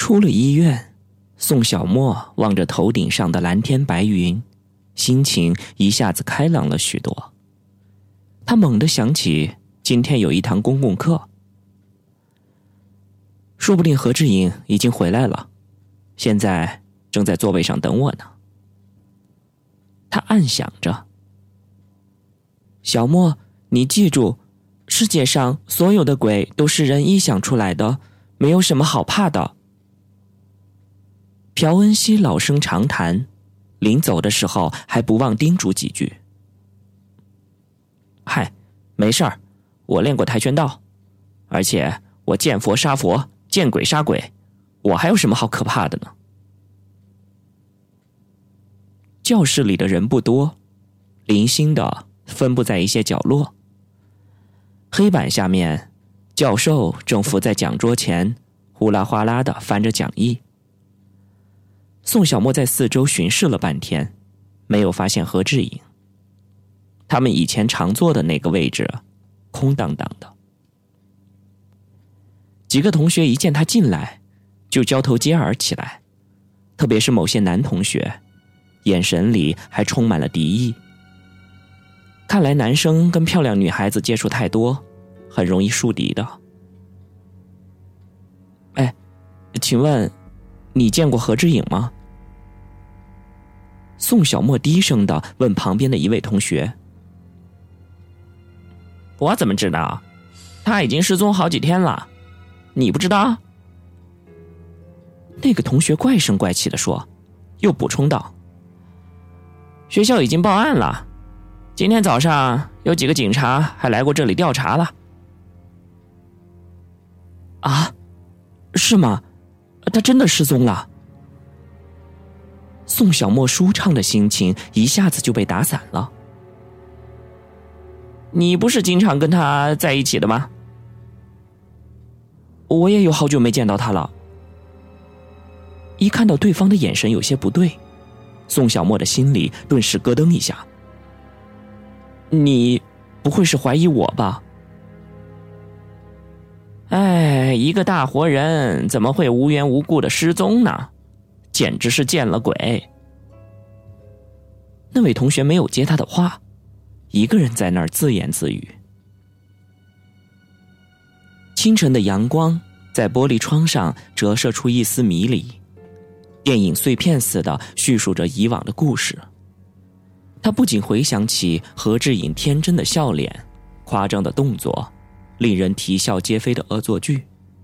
出了医院，宋小沫望着头顶上的蓝天白云，心情一下子开朗了许多。他猛地想起今天有一堂公共课，说不定何志颖已经回来了，现在正在座位上等我呢。他暗想着。小沫，你记住，世界上所有的鬼都是人臆想出来的，没有什么好怕的。朴恩熙老生常谈，临走的时候还不忘叮嘱几句。嗨，没事儿，我练过跆拳道，而且我见佛杀佛，见鬼杀鬼，我还有什么好可怕的呢？教室里的人不多，零星的分布在一些角落。黑板下面，教授正伏在讲桌前，呼啦哗啦地翻着讲义。宋小沫在四周巡视了半天，没有发现何志颖。他们以前常坐的那个位置，空荡荡的。几个同学一见他进来，就交头接耳起来，特别是某些男同学，眼神里还充满了敌意。看来男生跟漂亮女孩子接触太多，很容易树敌的。哎，请问你见过何志颖吗？宋小沫低声地问旁边的一位同学。我怎么知道？他已经失踪好几天了，你不知道？那个同学怪声怪气地说，又补充道：学校已经报案了，今天早上有几个警察还来过这里调查了。啊？是吗？他真的失踪了？宋小沫舒畅的心情一下子就被打散了。你不是经常跟他在一起的吗？我也有好久没见到他了。一看到对方的眼神有些不对，宋小沫的心里顿时咯噔一下。你不会是怀疑我吧？哎，一个大活人怎么会无缘无故的失踪呢？简直是见了鬼。那位同学没有接他的话，一个人在那儿自言自语。清晨的阳光在玻璃窗上折射出一丝迷离，电影碎片似的叙述着以往的故事。他不仅回想起何志颖天真的笑脸、夸张的动作、令人啼笑皆非的恶作剧。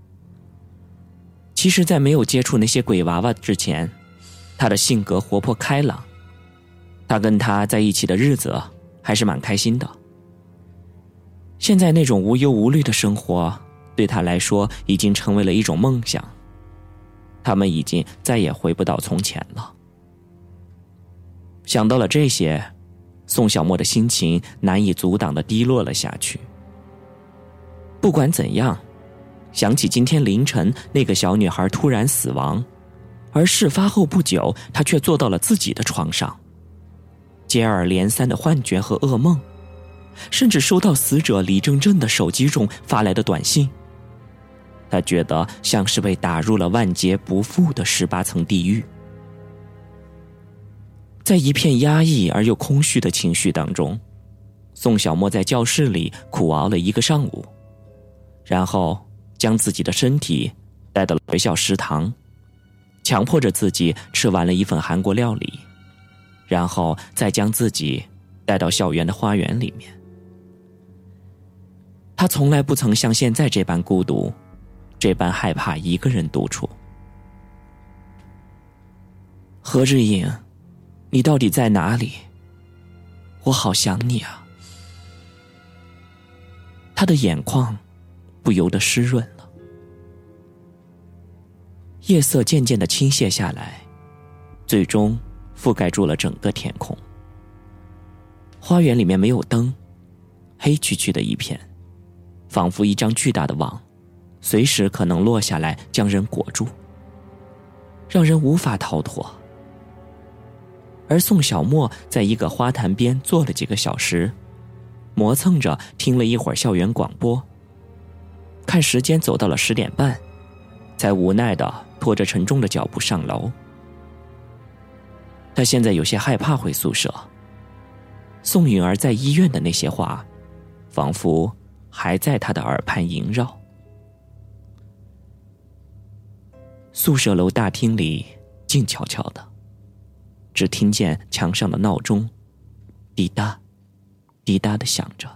其实在没有接触那些鬼娃娃之前，他的性格活泼开朗，他跟他在一起的日子还是蛮开心的。现在那种无忧无虑的生活对他来说已经成为了一种梦想，他们已经再也回不到从前了。想到了这些，宋小沫的心情难以阻挡地低落了下去。不管怎样，想起今天凌晨那个小女孩突然死亡，而事发后不久她却坐到了自己的床上，接二连三的幻觉和噩梦，甚至收到死者李正正的手机中发来的短信，他觉得像是被打入了万劫不复的18层地狱。在一片压抑而又空虚的情绪当中，宋小沫在教室里苦熬了一个上午，然后将自己的身体带到了学校食堂，强迫着自己吃完了一份韩国料理，然后再将自己带到校园的花园里面。他从来不曾像现在这般孤独，这般害怕一个人独处。何志颖，你到底在哪里？我好想你啊。他的眼眶不由得湿润了。夜色渐渐地倾泻下来，最终覆盖住了整个天空。花园里面没有灯，黑黢黢的一片，仿佛一张巨大的网，随时可能落下来将人裹住，让人无法逃脱。而宋小沫在一个花坛边坐了几个小时，磨蹭着听了一会儿校园广播，看时间走到了10点半， 才无奈地拖着沉重的脚步上楼。他现在有些害怕回宿舍，宋允儿在医院的那些话仿佛还在他的耳畔萦绕。宿舍楼大厅里静悄悄的，只听见墙上的闹钟滴答滴答地响着。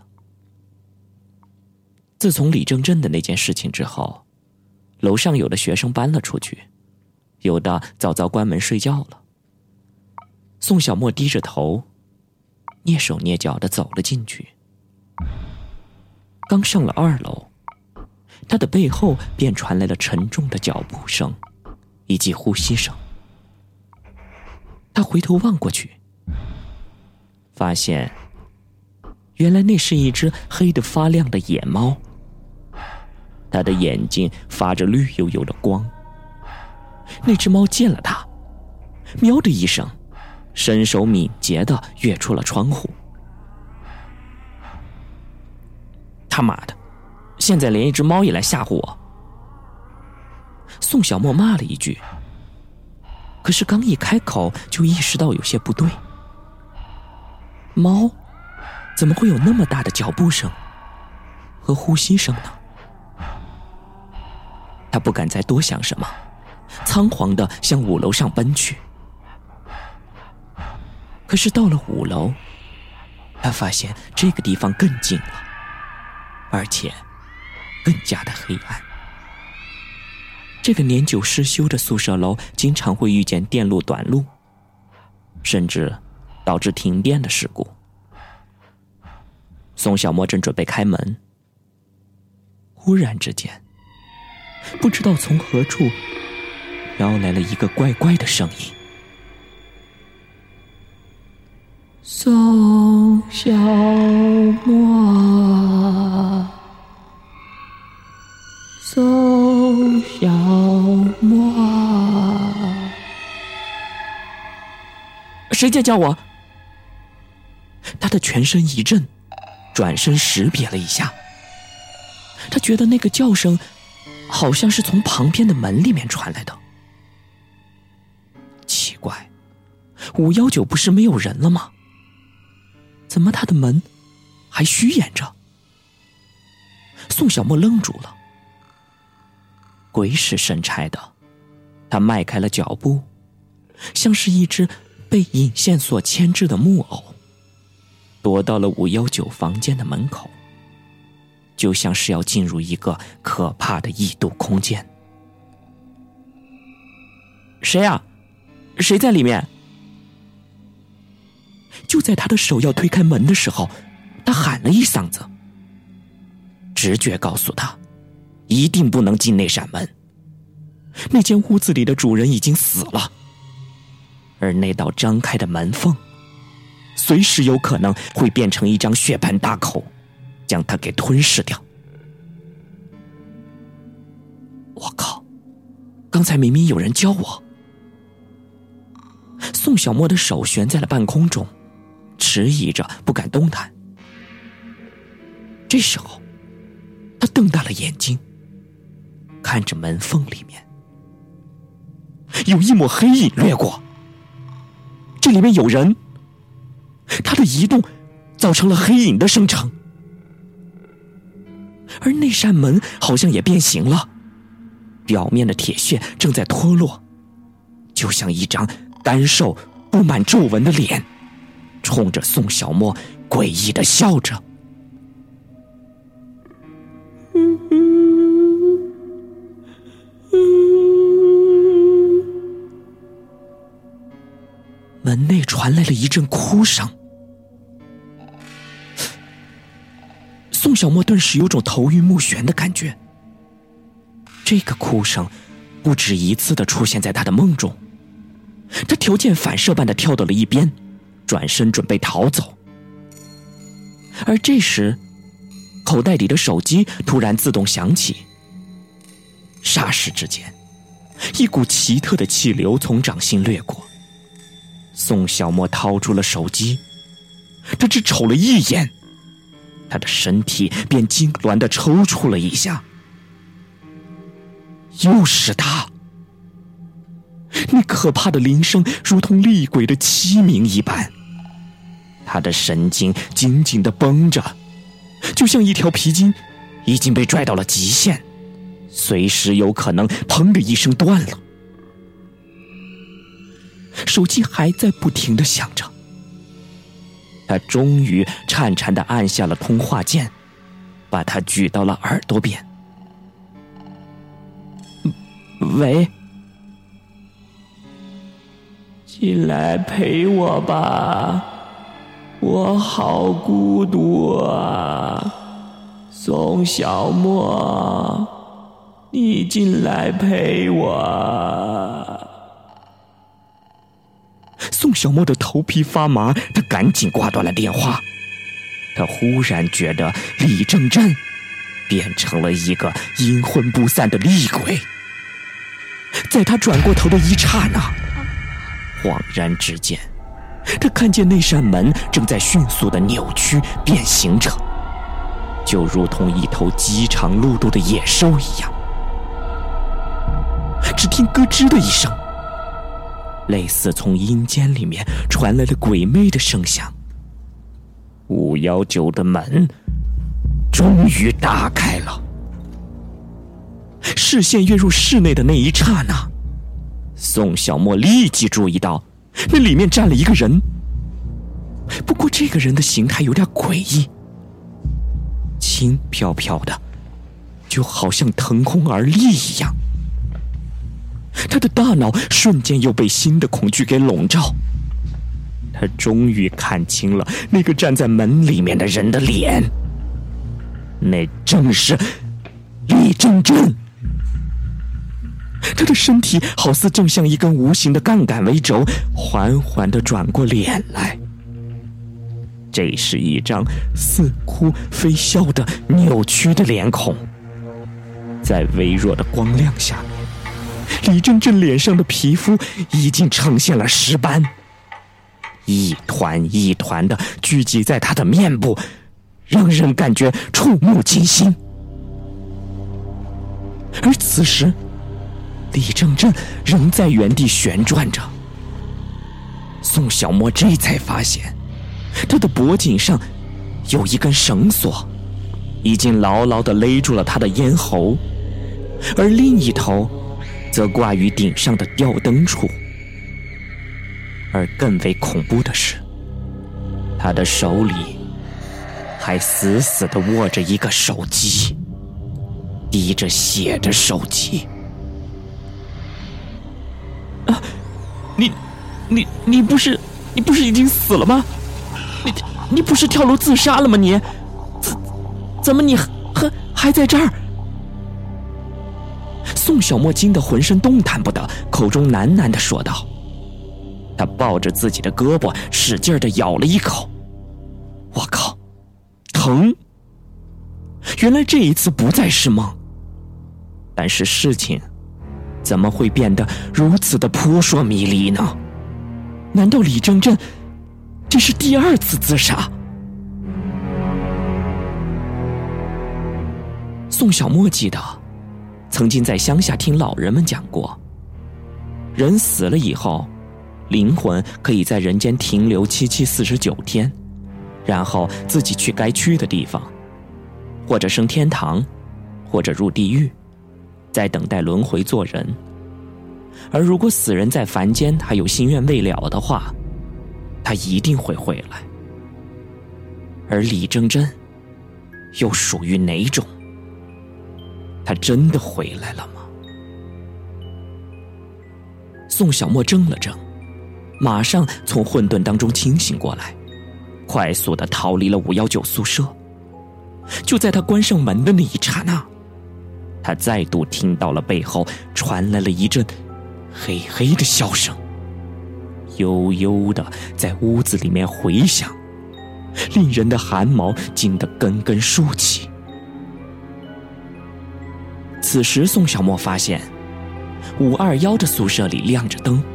自从李正镇的那件事情之后，楼上有的学生搬了出去，有的早早关门睡觉了。宋小沫低着头，蹑手蹑脚地走了进去。刚上了2楼，他的背后便传来了沉重的脚步声以及呼吸声。他回头望过去，发现原来那是一只黑得发亮的野猫，它的眼睛发着绿油油的光。那只猫见了他，喵的一声，身手敏捷地跃出了窗户。他妈的，现在连一只猫也来吓唬我！宋小沫骂了一句，可是刚一开口就意识到有些不对。猫怎么会有那么大的脚步声和呼吸声呢？他不敢再多想什么，仓皇地向5楼上奔去。可是到了5楼，他发现这个地方更静了，而且更加的黑暗。这个年久失修的宿舍楼经常会遇见电路短路，甚至导致停电的事故。宋小沫正准备开门，忽然之间，不知道从何处飘来了一个怪怪的声音：宋小沫，宋小沫，谁在叫我？他的全身一震，转身识别了一下，他觉得那个叫声好像是从旁边的门里面传来的。奇怪，519不是没有人了吗？怎么他的门还虚掩着？宋小沫愣住了。鬼使神差的，他迈开了脚步，像是一只被引线所牵制的木偶，躲到了519房间的门口，就像是要进入一个可怕的异度空间。谁呀？谁在里面？就在他的手要推开门的时候，他喊了一嗓子。直觉告诉他，一定不能进那扇门。那间屋子里的主人已经死了，而那道张开的门缝，随时有可能会变成一张血盆大口，将他给吞噬掉。我靠，刚才明明有人教我。宋小沫的手悬在了半空中，迟疑着不敢动弹。这时候他瞪大了眼睛，看着门缝里面有一抹黑影掠过，这里面有人。他的移动造成了黑影的生成，而那扇门好像也变形了，表面的铁屑正在脱落，就像一张干瘦布满皱纹的脸，冲着宋小沫诡异地笑着。门内传来了一阵哭声，宋小沫顿时有种头晕目眩的感觉。这个哭声不止一次地出现在他的梦中，他条件反射般地跳到了一边，转身准备逃走。而这时，口袋里的手机突然自动响起，霎时之间，一股奇特的气流从掌心掠过。宋小沫掏出了手机，他只瞅了一眼，他的身体便痉挛地抽搐了一下。 又是他！那可怕的铃声如同厉鬼的凄鸣一般，他的神经紧紧地绷着，就像一条皮筋已经被拽到了极限，随时有可能砰的一声断了。手机还在不停地响着，他终于颤颤地按下了通话键，把它举到了耳朵边。喂，进来陪我吧，我好孤独啊，宋小沫，你进来陪我。宋小沫的头皮发麻，他赶紧挂断了电话。他忽然觉得李正镇变成了一个阴魂不散的厉鬼。在他转过头的一刹那，恍然之间，他看见那扇门正在迅速地扭曲变形着，就如同一头饥肠辘辘的野兽一样。只听咯吱的一声，类似从阴间里面传来了鬼魅的声响。519的门终于打开了。视线跃入室内的那一刹那，宋小沫立即注意到那里面站了一个人。不过这个人的形态有点诡异，轻飘飘的，就好像腾空而立一样。他的大脑瞬间又被新的恐惧给笼罩。他终于看清了那个站在门里面的人的脸，那正是李正镇。他的身体好似正像一根无形的杠杆为轴，缓缓地转过脸来。这是一张似哭非笑的扭曲的脸孔，在微弱的光亮下，李正镇脸上的皮肤已经呈现了尸斑，一团一团的聚集在他的面部，让人感觉触目惊心。而此时李正镇仍在原地旋转着。宋小沫这才发现，他的脖颈上有一根绳索，已经牢牢地勒住了他的咽喉，而另一头则挂于顶上的吊灯处。而更为恐怖的是，他的手里还死死地握着一个手机，滴着血的手机。啊，你不是已经死了吗？你不是跳楼自杀了吗？你怎么你还在这儿？宋小沫惊得浑身动弹不得，口中喃喃地说道。他抱着自己的胳膊使劲地咬了一口。我靠，疼！原来这一次不再是梦。但是事情怎么会变得如此的扑朔迷离呢？难道李正镇这是第2次自杀？宋小沫记得曾经在乡下听老人们讲过，人死了以后，灵魂可以在人间停留749天，然后自己去该去的地方，或者升天堂，或者入地狱，在等待轮回做人。而如果死人在凡间还有心愿未了的话，他一定会回来。而李正镇又属于哪种？他真的回来了吗？宋小沫怔了怔，马上从混沌当中清醒过来，快速地逃离了519宿舍。就在他关上门的那一刹那，他再度听到了背后传来了一阵嘿嘿的笑声，悠悠地在屋子里面回响，令人的汗毛惊得根根竖起。此时宋小沫发现521的宿舍里亮着灯。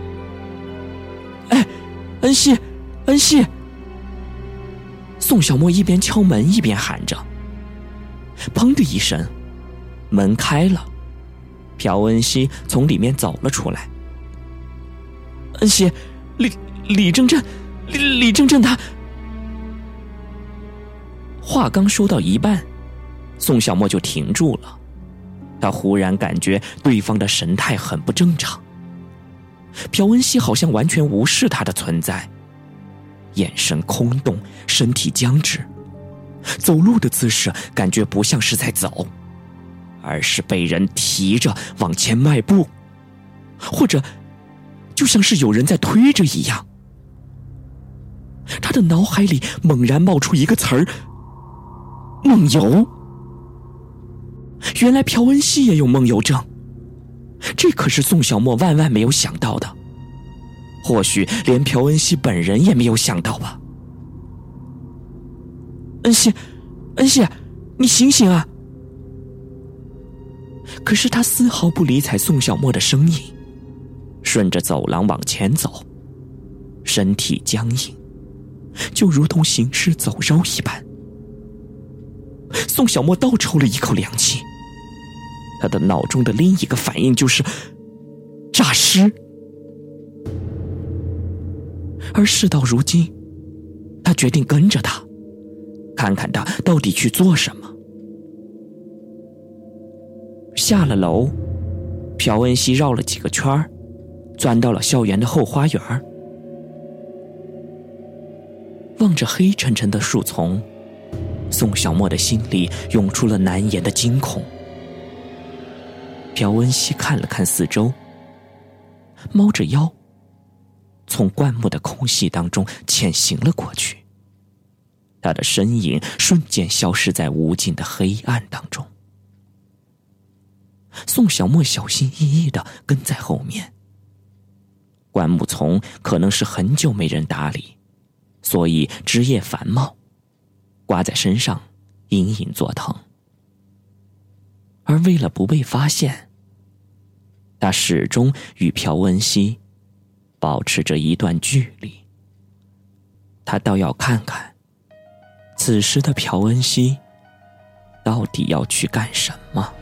哎，恩熙，恩熙！宋小沫一边敲门一边喊着。砰的一声，门开了， 朴恩熙从里面走了出来。恩熙，李正正他……话刚说到一半，宋小沫就停住了。他忽然感觉对方的神态很不正常，朴恩熙好像完全无视他的存在，眼神空洞，身体僵直，走路的姿势感觉不像是在走，而是被人提着往前迈步，或者就像是有人在推着一样。他的脑海里猛然冒出一个词儿：梦游。原来朴恩熙也有梦游症，这可是宋小沫万万没有想到的，或许连朴恩熙本人也没有想到吧。恩熙，你醒醒啊！可是他丝毫不理睬宋小沫的声音，顺着走廊往前走，身体僵硬，就如同行尸走肉一般。宋小沫倒抽了一口凉气，他的脑中的另一个反应就是诈尸。而事到如今，他决定跟着他，看看他到底去做什么。下了楼，朴恩熙绕了几个圈，钻到了校园的后花园。望着黑沉沉的树丛，宋小沫的心里涌出了难言的惊恐。朴恩熙看了看四周，猫着腰从灌木的空隙当中潜行了过去，他的身影瞬间消失在无尽的黑暗当中。宋小沫小心翼翼地跟在后面。灌木丛可能是很久没人打理，所以枝叶繁茂，刮在身上隐隐作疼。而为了不被发现，他始终与朴恩熙保持着一段距离。他倒要看看此时的朴恩熙到底要去干什么。